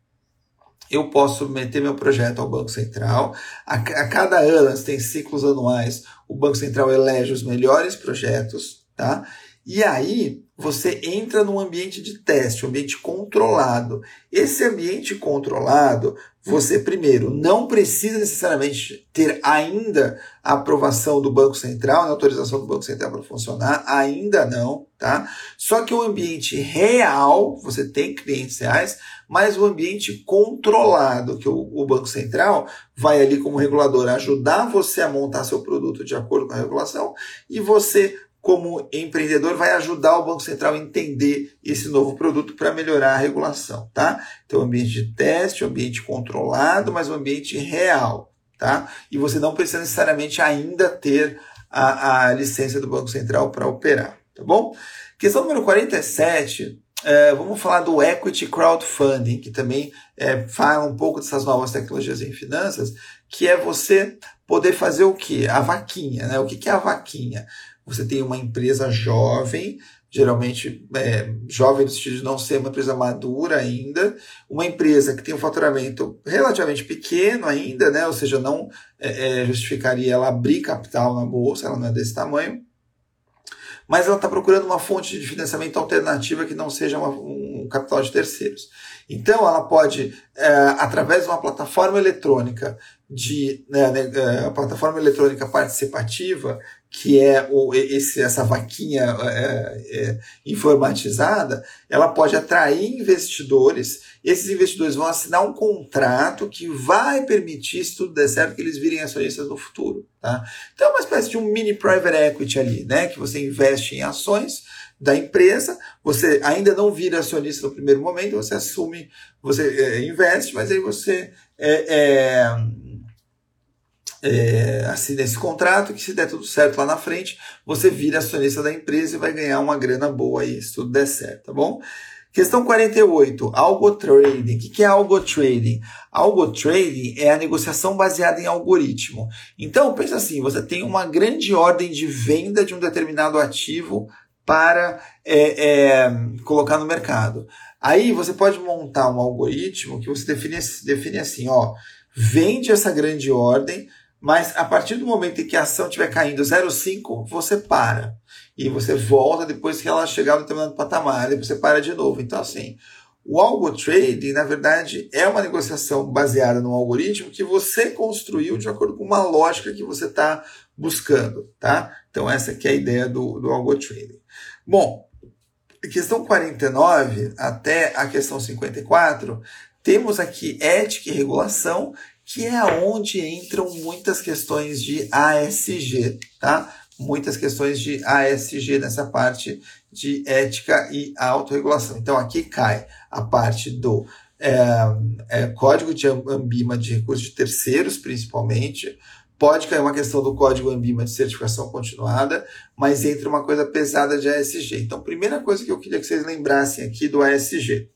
Eu posso submeter meu projeto ao Banco Central. A, a cada ano, tem ciclos anuais, o Banco Central elege os melhores projetos, tá? E aí, você entra num ambiente de teste, um ambiente controlado. Esse ambiente controlado, você, primeiro, não precisa necessariamente ter ainda a aprovação do Banco Central, a autorização do Banco Central para funcionar, ainda não, tá? Só que o ambiente real, você tem clientes reais, mas o ambiente controlado, que o, o Banco Central vai ali como regulador ajudar você a montar seu produto de acordo com a regulação, e você, como empreendedor, vai ajudar o Banco Central a entender esse novo produto para melhorar a regulação, tá? Então, ambiente de teste, ambiente controlado, mas um ambiente real, tá? E você não precisa necessariamente ainda ter a, a licença do Banco Central para operar, tá bom? Questão número quarenta e sete, é, vamos falar do Equity Crowdfunding, que também é, fala um pouco dessas novas tecnologias em finanças, que é você poder fazer o quê? A vaquinha, né? O que, que é a vaquinha? Você tem uma empresa jovem, geralmente é, jovem no sentido de não ser uma empresa madura ainda, uma empresa que tem um faturamento relativamente pequeno ainda, né? Ou seja, não é, justificaria ela abrir capital na bolsa, ela não é desse tamanho, mas ela está procurando uma fonte de financiamento alternativa que não seja uma, um capital de terceiros. Então, ela pode, é, através de uma plataforma eletrônica, de, né, né, a plataforma eletrônica participativa, que é o, esse, essa vaquinha é, é, informatizada, ela pode atrair investidores. Esses investidores vão assinar um contrato que vai permitir, se tudo der certo, que eles virem acionistas no futuro. Tá? Então é uma espécie de um mini private equity ali, né? Que você investe em ações da empresa, você ainda não vira acionista no primeiro momento, você assume, você é, investe, mas aí você é, é, É, assina esse contrato, que se der tudo certo lá na frente, você vira acionista da empresa e vai ganhar uma grana boa aí, se tudo der certo, tá bom? Questão quarenta e oito, algo trading. O que é algo trading? Algo trading é a negociação baseada em algoritmo. Então, pensa assim, você tem uma grande ordem de venda de um determinado ativo para é, é, colocar no mercado. Aí você pode montar um algoritmo que você define, define assim, ó, vende essa grande ordem, mas a partir do momento em que a ação estiver caindo zero vírgula cinco, você para. E você volta depois que ela chegar no determinado patamar, depois você para de novo. Então, assim, o algo trading, na verdade, é uma negociação baseada num algoritmo que você construiu de acordo com uma lógica que você está buscando, tá? Então, essa aqui é a ideia do, do algo trading. Bom, questão quarenta e nove até a questão cinquenta e quatro, temos aqui ética e regulação, que é onde entram muitas questões de A S G, tá? Muitas questões de A S G nessa parte de ética e autorregulação. Então, aqui cai a parte do é, é, Código de Ambima de recursos de terceiros, principalmente. Pode cair uma questão do Código Ambima de certificação continuada, mas entra uma coisa pesada de A S G. Então, primeira coisa que eu queria que vocês lembrassem aqui do A S G.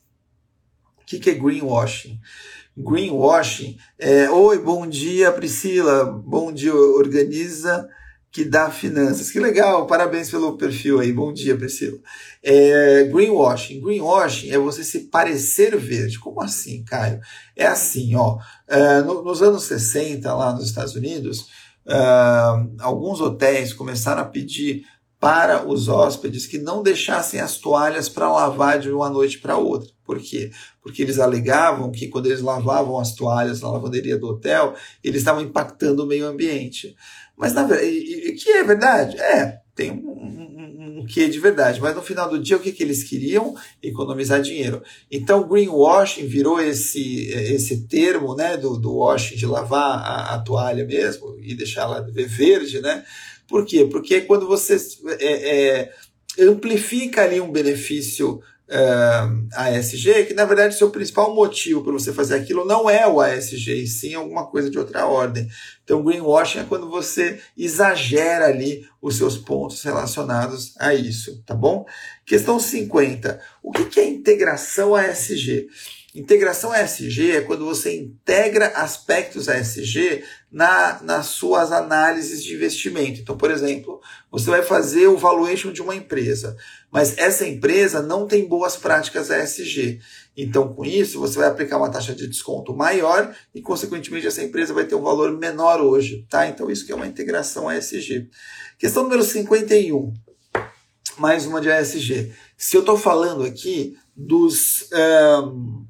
O que, que é greenwashing? Greenwashing é... Oi, bom dia, Priscila. Bom dia, Organiza que dá finanças. Que legal, parabéns pelo perfil aí. Bom dia, Priscila. É, greenwashing. Greenwashing é você se parecer verde. Como assim, Caio? É assim, ó. É, no, nos anos sessenta, lá nos Estados Unidos, é, alguns hotéis começaram a pedir para os hóspedes que não deixassem as toalhas para lavar de uma noite para outra. Por quê? Porque eles alegavam que quando eles lavavam as toalhas na lavanderia do hotel, eles estavam impactando o meio ambiente. Mas, na verdade, e, e, que é verdade? É, tem um, um, um quê de verdade. Mas, no final do dia, o que, que eles queriam? Economizar dinheiro. Então, greenwashing virou esse, esse termo, né, do, do washing, de lavar a, a toalha mesmo e deixar ela verde, né? Por quê? Porque quando você é, é, amplifica ali um benefício uh, A S G, que na verdade o seu principal motivo para você fazer aquilo não é o A S G, e sim alguma coisa de outra ordem. Então, greenwashing é quando você exagera ali os seus pontos relacionados a isso, tá bom? Questão cinquenta. O que é integração A S G? Integração A S G é quando você integra aspectos A S G na, nas suas análises de investimento. Então, por exemplo, você vai fazer o valuation de uma empresa, mas essa empresa não tem boas práticas A S G. Então, com isso, você vai aplicar uma taxa de desconto maior e, consequentemente, essa empresa vai ter um valor menor hoje, tá? Então, isso que é uma integração A S G. Questão número cinquenta e um. Mais uma de A S G. Se eu estou falando aqui dos... Um,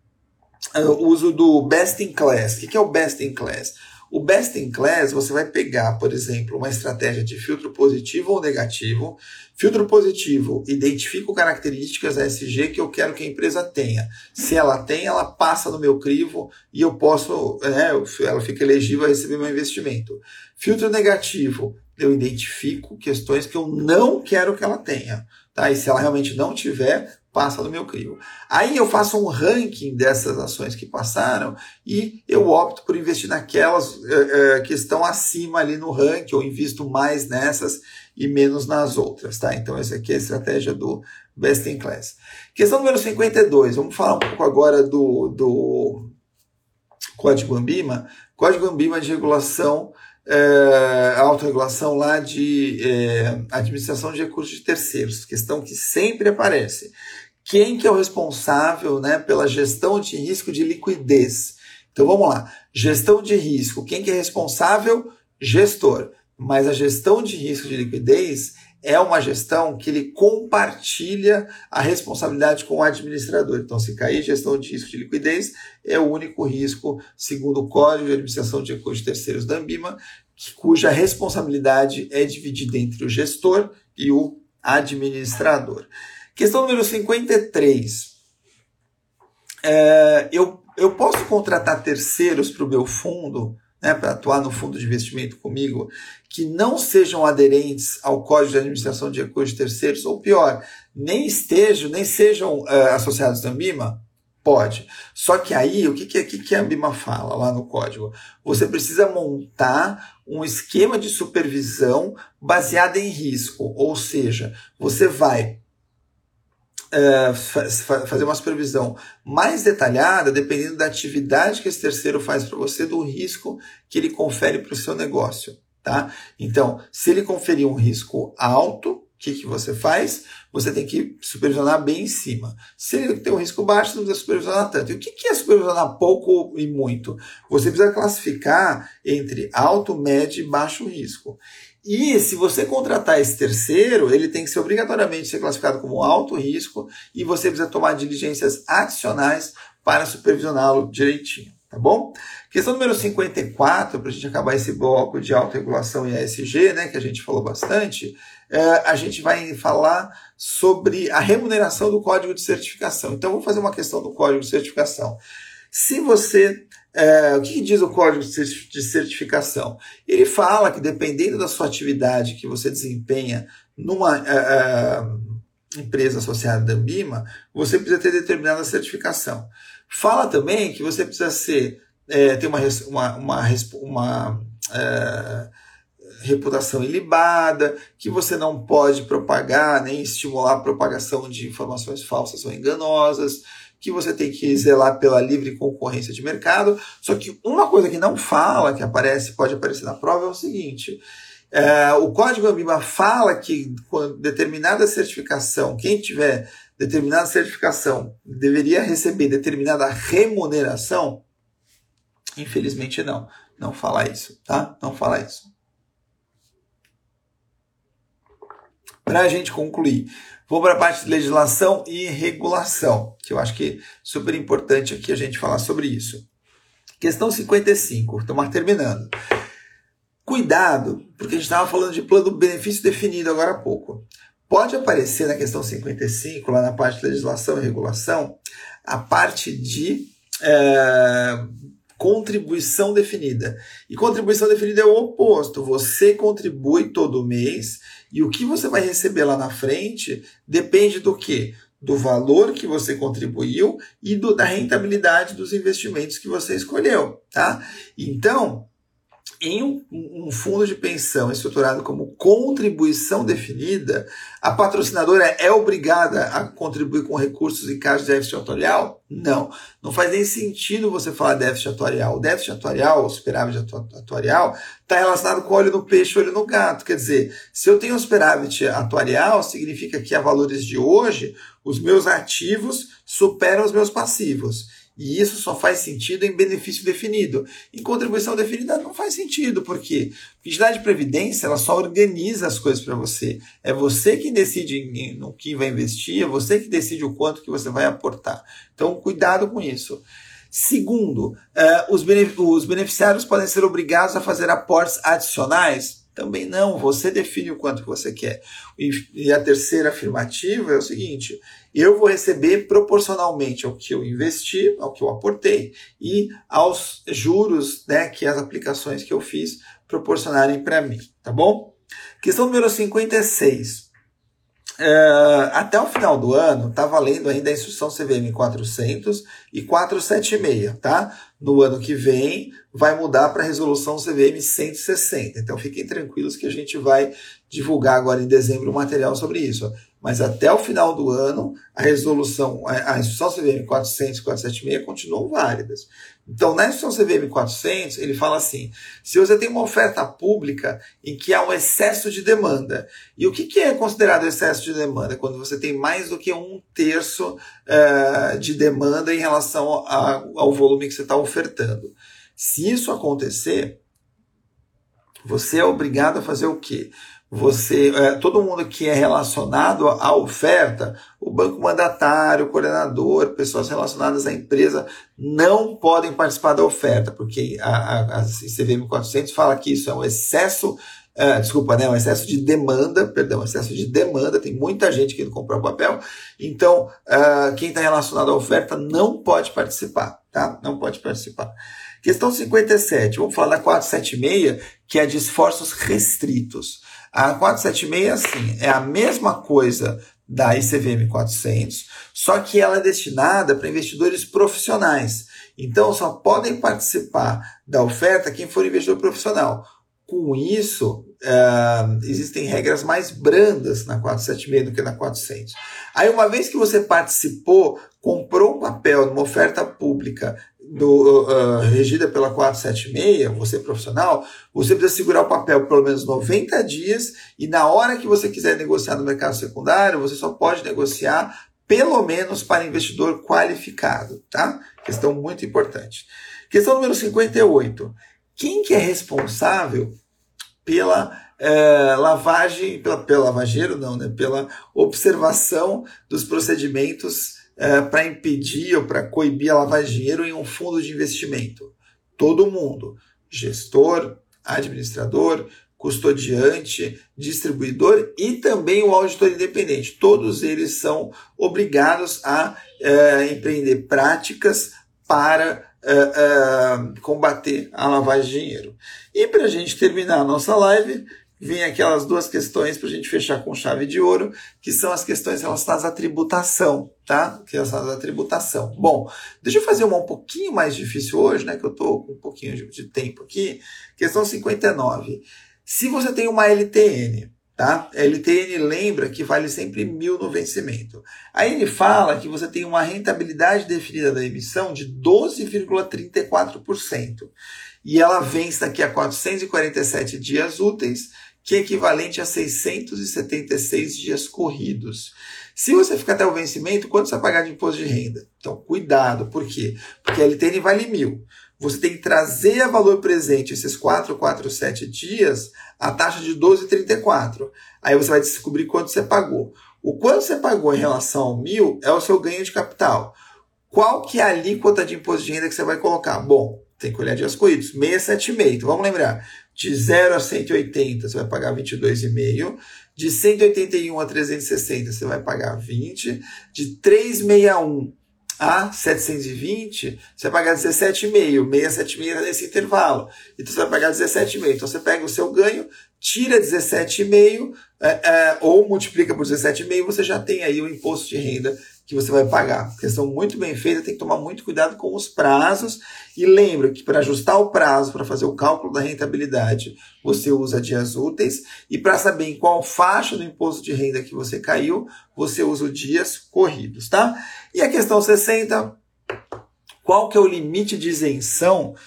o uso do best in class. O que é o best in class? O best in class, você vai pegar, por exemplo, uma estratégia de filtro positivo ou negativo. Filtro positivo, identifico características A S G que eu quero que a empresa tenha. Se ela tem, ela passa no meu crivo e eu posso, é, ela fica elegível a receber meu investimento. Filtro negativo, eu identifico questões que eu não quero que ela tenha. Tá? E se ela realmente não tiver, passa no meu crivo. Aí eu faço um ranking dessas ações que passaram e eu opto por investir naquelas é, é, que estão acima ali no ranking, ou invisto mais nessas e menos nas outras. Tá? Então essa aqui é a estratégia do Best in Class. Questão número cinquenta e dois. Vamos falar um pouco agora do, do Código Ambima. Código Ambima de regulação, é, autorregulação lá de é, administração de recursos de terceiros. Questão que sempre aparece. Quem que é o responsável, né, pela gestão de risco de liquidez? Então vamos lá. Gestão de risco. Quem que é responsável? Gestor. Mas a gestão de risco de liquidez é uma gestão que ele compartilha a responsabilidade com o administrador. Então, se cair gestão de risco de liquidez, é o único risco, segundo o Código de Administração de Recursos de Terceiros da Ambima, cuja responsabilidade é dividida entre o gestor e o administrador. Questão número cinquenta e três. É, eu, eu posso contratar terceiros para o meu fundo, né, para atuar no fundo de investimento comigo, que não sejam aderentes ao Código de Administração de Recursos de Terceiros, ou pior, nem estejam, nem sejam uh, associados da Ambima? Pode. Só que aí, o que, que, que a Ambima fala lá no código? Você precisa montar um esquema de supervisão baseado em risco, ou seja, você vai é, fazer uma supervisão mais detalhada, dependendo da atividade que esse terceiro faz para você, do risco que ele confere para o seu negócio. Tá? Então, se ele conferir um risco alto, o que, que você faz? Você tem que supervisionar bem em cima. Se ele tem um risco baixo, você não precisa supervisionar tanto. E o que, que é supervisionar pouco e muito? Você precisa classificar entre alto, médio e baixo risco. E se você contratar esse terceiro, ele tem que ser obrigatoriamente ser classificado como alto risco e você precisa tomar diligências adicionais para supervisioná-lo direitinho. Tá bom? Questão número cinquenta e quatro, para a gente acabar esse bloco de autorregulação e E S G, né, que a gente falou bastante, é, a gente vai falar sobre a remuneração do código de certificação. Então, vamos fazer uma questão do código de certificação. Se você... É, o que diz o código de certificação? Ele fala que dependendo da sua atividade que você desempenha numa é, é, empresa associada da Ambima, você precisa ter determinada certificação. Fala também que você precisa ser, é, ter uma, uma, uma, uma é, reputação ilibada, que você não pode propagar nem estimular a propagação de informações falsas ou enganosas, que você tem que zelar pela livre concorrência de mercado. Só que uma coisa que não fala, que aparece, pode aparecer na prova, é o seguinte: é, o Código Ambima fala que com determinada certificação, quem tiver determinada certificação deveria receber determinada remuneração. Infelizmente não, não fala isso, tá? Não fala isso. Para a gente concluir, vou para a parte de legislação e regulação, que eu acho que é super importante aqui a gente falar sobre isso. Questão cinquenta e cinco, estamos terminando. Cuidado, porque a gente estava falando de plano de benefício definido agora há pouco. Pode aparecer na questão cinquenta e cinco, lá na parte de legislação e regulação, a parte de é, contribuição definida. E contribuição definida é o oposto. Você contribui todo mês e o que você vai receber lá na frente depende do quê? Do valor que você contribuiu e do, da rentabilidade dos investimentos que você escolheu. Tá? Então, em um, um fundo de pensão estruturado como contribuição definida, a patrocinadora é obrigada a contribuir com recursos em caso de déficit atuarial? Não. Não faz nem sentido você falar déficit atuarial. O déficit atuarial, o superávit atuarial, está relacionado com olho no peixe, olho no gato. Quer dizer, se eu tenho um superávit atuarial, significa que a valores de hoje, os meus ativos superam os meus passivos. E isso só faz sentido em benefício definido. Em contribuição definida não faz sentido, porque a entidade de previdência ela só organiza as coisas para você. É você que decide no que vai investir, é você que decide o quanto que você vai aportar. Então, cuidado com isso. Segundo, uh, os, benef- os beneficiários podem ser obrigados a fazer aportes adicionais? Também não, você define o quanto que você quer. E, e a terceira afirmativa é o seguinte: eu vou receber proporcionalmente ao que eu investi, ao que eu aportei e aos juros, né, que as aplicações que eu fiz proporcionarem para mim, tá bom? Questão número cinquenta e seis. Uh, até o final do ano, está valendo ainda a instrução C V M quatrocentos e quatrocentos e setenta e seis, tá? No ano que vem, vai mudar para a resolução C V M cento e sessenta. Então, fiquem tranquilos que a gente vai divulgar agora em dezembro um material sobre isso. Mas até o final do ano, a resolução, a instrução C V M quatrocentos e quatrocentos e setenta e seis continuam válidas. Então, na instrução C V M quatrocentos, ele fala assim: se você tem uma oferta pública em que há um excesso de demanda, e o que, que é considerado excesso de demanda? Quando você tem mais do que um terço uh, de demanda em relação a, ao volume que você está ofertando. Se isso acontecer, você é obrigado a fazer o quê? Você, é, todo mundo que é relacionado à oferta, o banco mandatário, o coordenador, pessoas relacionadas à empresa, não podem participar da oferta, porque a, a, a C V M quatrocentos fala que isso é um excesso, uh, desculpa, né, um excesso de demanda, perdão, excesso de demanda, tem muita gente que não comprou o papel, então uh, quem está relacionado à oferta não pode participar, tá? Não pode participar. Questão cinquenta e sete, vamos falar da quatrocentos e setenta e seis, que é de esforços restritos. A quatrocentos e setenta e seis, assim, é a mesma coisa da I C V M quatrocentos, só que ela é destinada para investidores profissionais. Então, só podem participar da oferta quem for investidor profissional. Com isso, uh, existem regras mais brandas na quatrocentos e setenta e seis do que na quatrocentos. Aí, uma vez que você participou, comprou um papel numa oferta pública do, uh, regida pela quatrocentos e setenta e seis, você profissional, você precisa segurar o papel por pelo menos noventa dias e na hora que você quiser negociar no mercado secundário, você só pode negociar pelo menos para investidor qualificado, tá? Questão muito importante. Questão número cinquenta e oito. Quem que é responsável pela é, lavagem, pela, pela lavageiro não, né? Pela observação dos procedimentos é, para impedir ou para coibir a lavagem de dinheiro em um fundo de investimento? Todo mundo. Gestor, administrador, custodiante, distribuidor e também o auditor independente. Todos eles são obrigados a é, empreender práticas para Uh, uh, combater a lavagem de dinheiro. E para a gente terminar a nossa live, vem aquelas duas questões para a gente fechar com chave de ouro, que são as questões relacionadas à tributação, tá? Relacionadas à tributação. Bom, deixa eu fazer uma um pouquinho mais difícil hoje, né? Que eu estou com um pouquinho de, de tempo aqui. Questão cinquenta e nove. Se você tem uma L T N, tá? A L T N lembra que vale sempre mil no vencimento. Aí ele fala que você tem uma rentabilidade definida da emissão de doze vírgula trinta e quatro por cento. E ela vence daqui a quatrocentos e quarenta e sete dias úteis, que é equivalente a seiscentos e setenta e seis dias corridos. Se você ficar até o vencimento, quanto você vai pagar de imposto de renda? Então, cuidado. Por quê? Porque a L T N vale mil. Você tem que trazer a valor presente esses quatrocentos e quarenta e sete dias a taxa de doze vírgula trinta e quatro. Aí você vai descobrir quanto você pagou. O quanto você pagou em relação ao mil é o seu ganho de capital. Qual que é a alíquota de imposto de renda que você vai colocar? Bom, tem que olhar dias corridos. sessenta e sete vírgula cinco. Então vamos lembrar. De zero a cento e oitenta você vai pagar vinte e dois vírgula cinco. De cento e oitenta e um a trezentos e sessenta você vai pagar vinte. De trezentos e sessenta e um a setecentos e vinte, você vai pagar dezessete vírgula cinco, sessenta e sete vírgula cinco nesse intervalo. Então você vai pagar dezessete vírgula cinco. Então você pega o seu ganho, tira dezessete vírgula cinco é, é, ou multiplica por dezessete vírgula cinco, você já tem aí o imposto de renda que você vai pagar. Questão muito bem feita, tem que tomar muito cuidado com os prazos. E lembra que para ajustar o prazo, para fazer o cálculo da rentabilidade, você usa dias úteis. E para saber em qual faixa do imposto de renda que você caiu, você usa os dias corridos, tá? E a questão sessenta, qual que é o limite de isenção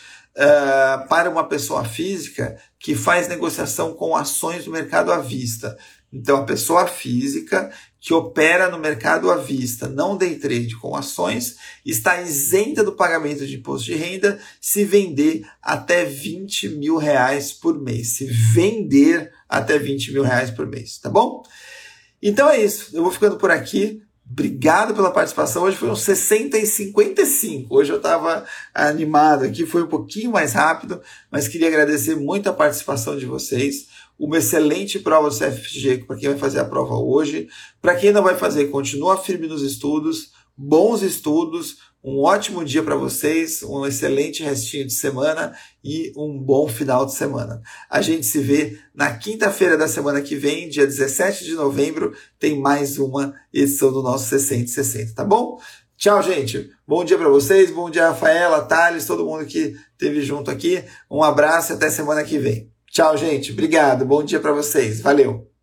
uh, para uma pessoa física que faz negociação com ações do mercado à vista? Então, a pessoa física que opera no mercado à vista, não day trade com ações, está isenta do pagamento de imposto de renda se vender até vinte mil reais por mês. Se vender até vinte mil reais por mês, tá bom? Então é isso. Eu vou ficando por aqui. Obrigado pela participação. Hoje foi um sessenta e cinquenta e cinco. Hoje eu estava animado aqui, foi um pouquinho mais rápido, mas queria agradecer muito a participação de vocês. Uma excelente prova do C F G para quem vai fazer a prova hoje. Para quem não vai fazer, continua firme nos estudos, bons estudos, um ótimo dia para vocês, um excelente restinho de semana e um bom final de semana. A gente se vê na quinta-feira da semana que vem, dia dezessete de novembro, tem mais uma edição do nosso sessenta e sessenta, tá bom? Tchau, gente. Bom dia para vocês, bom dia, Rafaela, Thales, todo mundo que esteve junto aqui. Um abraço e até semana que vem. Tchau, gente. Obrigado. Bom dia para vocês. Valeu.